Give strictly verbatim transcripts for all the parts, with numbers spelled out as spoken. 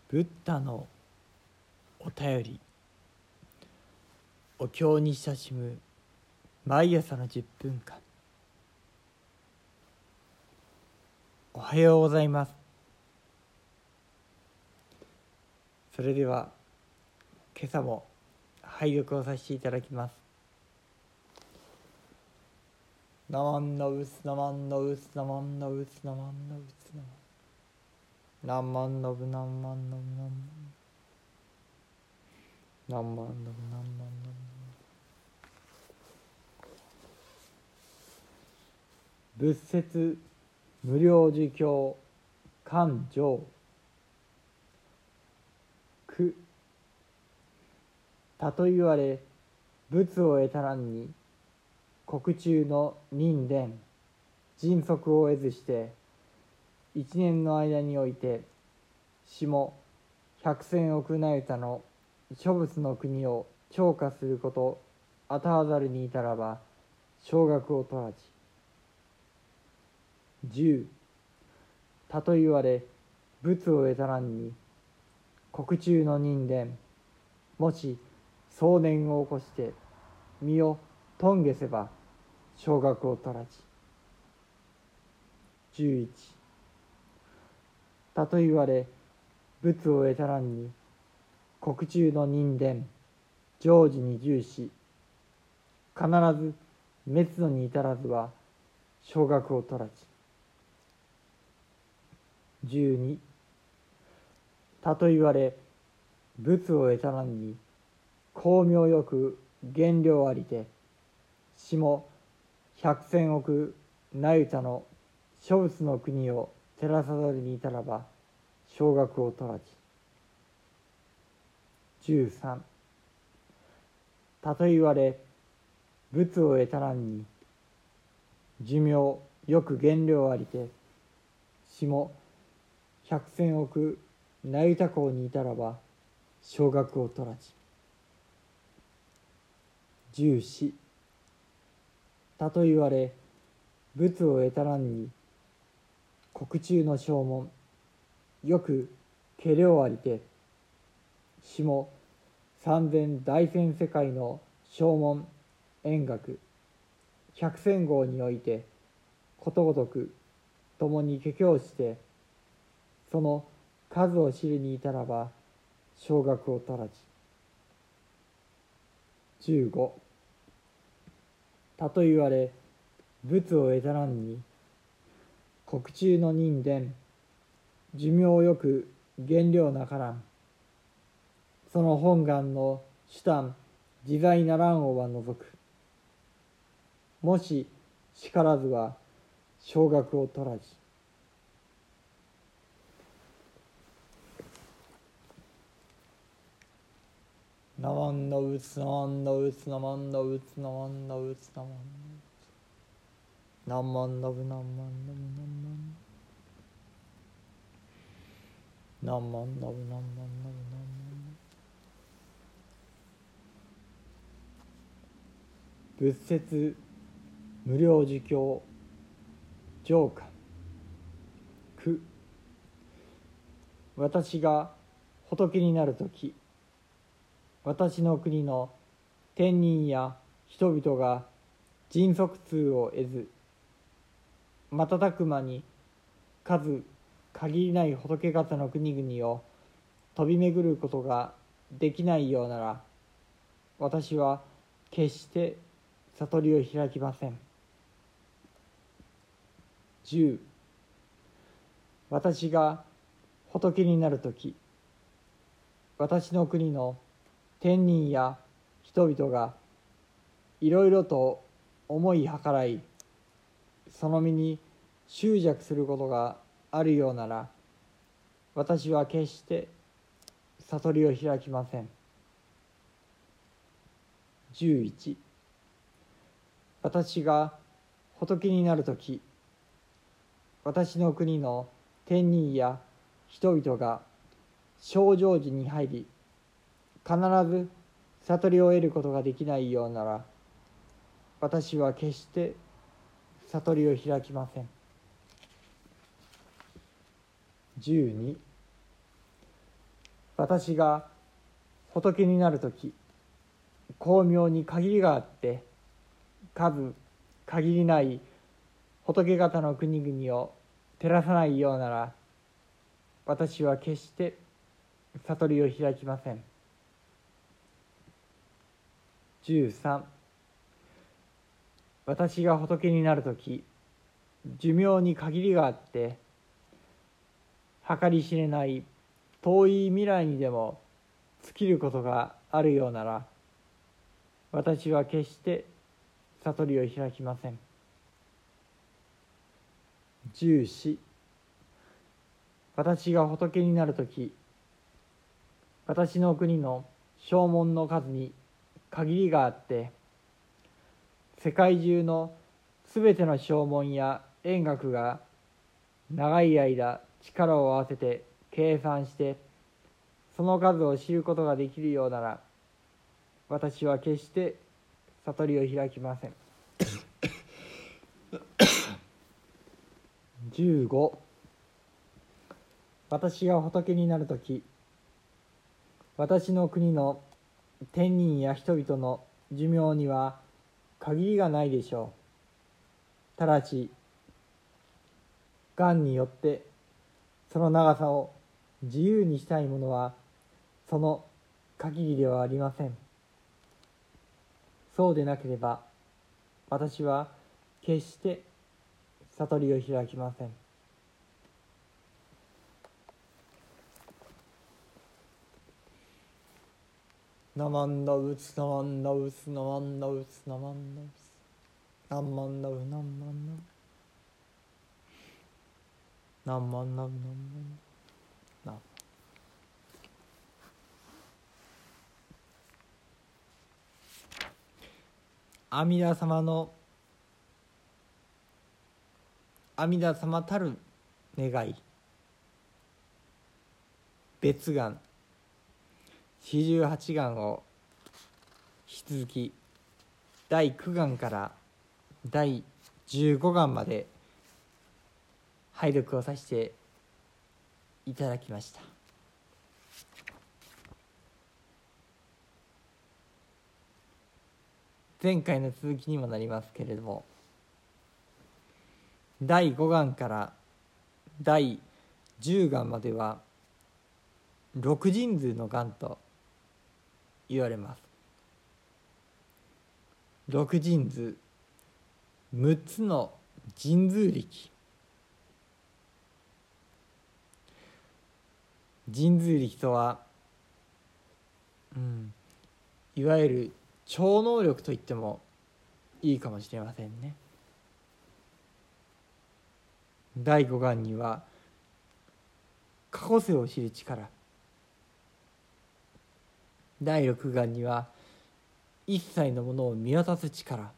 ブッダのお便り。お経に親しむ毎朝のじゅっぷんかん。おはようございます。それでは今朝も拝読をさせていただきます。ナマンノウスナマンノウスナマンノウスナマンノウスナマンナマンノブナマンノブナマンナマンノブナマンノブ仏説無量寿経巻上句。たと言われ仏を得たらんに国中の人伝迅速を得ずして一年の間において下百千億那由他の諸仏の国を超過することあたわざるにいたらば少額を取らじ。十。たと言われ仏を得たらんに国中の人伝もし壮年を起こして身を頓げせば少額を取らじ。十一。たと言われ仏を得たらんに国中の人伝常時に重視必ず滅度に至らずは少額を取らじ。十二。たと言われ仏を得たらんに光明よく減量ありて下百千億那由他の諸仏の国を照らさざるにいたらば少額を取らじ。十三。たと言われ仏を得たらんに寿命よく減量ありて下百千億那由他港にいたらば少額を取らじ。十四。たと言われ仏を得たらんに国中の正門よく化量ありて下三千大千世界の正門円覚百千号においてことごとく共に化教してその数を知るにいたらば少額を取らじ。十五。たと言われ仏を得たらんに国中の人伝寿命よく減量なからんその本願の主嘆自在ならんをは除くもししからずは少額を取らじ。ナマンノウツナマンノウツナマンノウツナマンノウツナマンノウツナマンノブナマンノブナマンナマンノブナマンノブナマン仏説無量寿経上巻。句。私が仏になるとき私の国の天人や人々が迅速通を得ず瞬く間に数限りない仏方の国々を飛び巡ることができないようなら私は決して悟りを開きません。十。私が仏になるとき私の国の天人や人々がいろいろと思い計らいその身に執着することがあるようなら私は決して悟りを開きません。十一。私が仏になるとき私の国の天人や人々が正常時に入り必ず悟りを得ることができないようなら私は決して悟りを開きません。十二。 私が仏になるとき、光明に限りがあって数限りない仏方の国々を照らさないようなら、私は決して悟りを開きません。じゅうさん、私が仏になるとき、寿命に限りがあって計り知れない遠い未来にでも尽きることがあるようなら、私は決して悟りを開きません。じゅうよん、私が仏になるとき、私の国の証文の数に限りがあって、世界中のすべての証文や円覚が長い間力を合わせて計算してその数を知ることができるようなら、私は決して悟りを開きません。じゅうご、私が仏になるとき、私の国の天人や人々の寿命には限りがないでしょう。ただし願によってその長さを自由にしたいものはその限りではありません。そうでなければ私は決して悟りを開きません。ナマンダウツナマンダウツナマンダウツナマンダウツナンマンダウナンマンダウナンマンダウナンマンダウ阿弥陀様の阿弥陀様たる願い、別願四十八願を引き続きだいきゅう願からだいじゅうご願まで拝読をさせていただきました。前回の続きにもなりますけれども、だいご願からだいじゅう願までは六神図の願と言われます。六神図、六つの神通力。神通力とは、うん、いわゆる超能力と言ってもいいかもしれませんね。だいご願には過去世を知る力、だいろく願には一切のものを見渡す力、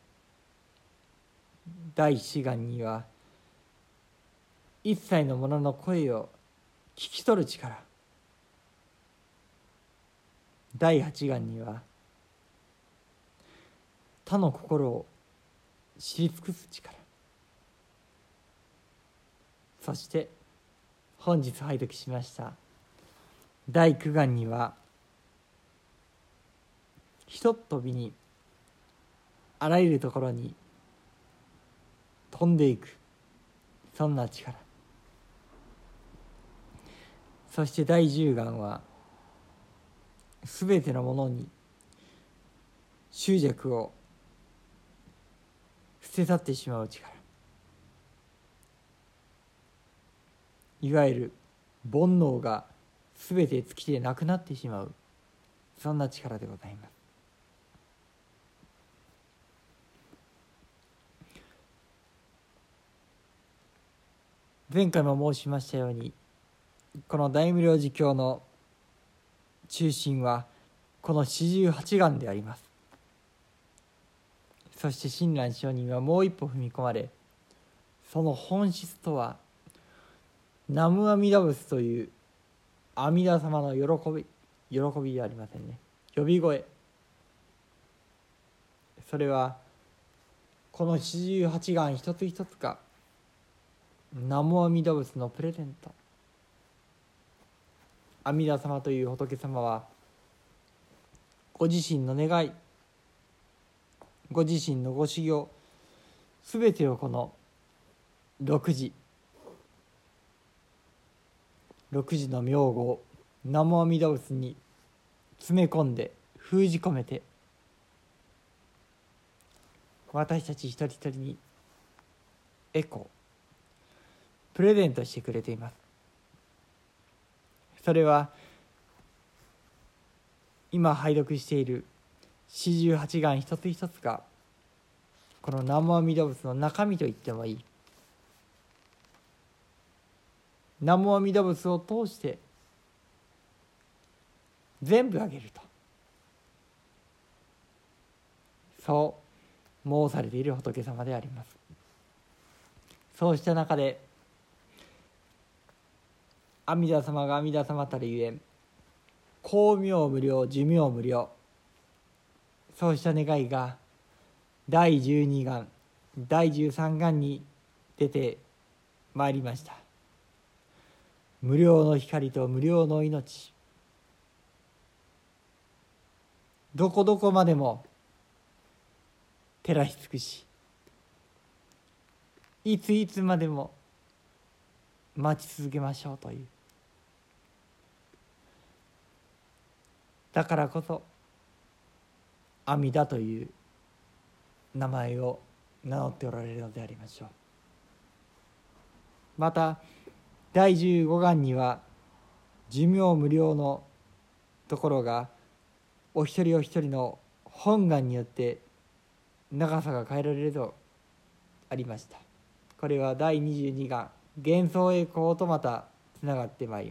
だいよん願には一切のものの声を聞き取る力、だいはち願には他の心を知り尽くす力、そして本日拝読しましただいきゅう願にはひとっ飛びにあらゆるところに飛んでいく、そんな力。そしてだいじゅう願はすべてのものに執着を捨て去ってしまう力、いわゆる煩悩がすべて尽きてなくなってしまう、そんな力でございます。前回も申しましたように、この大無量寿経の中心はこの四十八願であります。そして親鸞上人はもう一歩踏み込まれ、その本質とは南無阿弥陀仏という阿弥陀様の喜び喜びではありませんね、呼び声。それはこの四十八願一つ一つが南無阿弥陀仏のプレゼント、 阿弥陀様という仏様はご自身の願い、ご自身のご修行すべてをこの六時六時の名号南無阿弥陀仏に詰め込んで封じ込めて、私たち一人一人にエコプレゼントしてくれています。それは今拝読している四十八願一つ一つがこの南無阿弥陀仏の中身と言ってもいい。南無阿弥陀仏を通して全部あげると、そう申されている仏様であります。そうした中で阿弥陀様が阿弥陀様たるゆえん、光明無量寿命無量、そうした願いがだいじゅうに願だいじゅうさん願に出てまいりました。無量の光と無量の命、どこどこまでも照らし尽くし、いついつまでも待ち続けましょうという、だからこそ阿弥陀という名前を名乗っておられるのでありましょう。まただいじゅうご願には寿命無量のところがお一人お一人の本願によって長さが変えられるとありました。これはだいにじゅうに願幻想栄光とまたつながってまいります。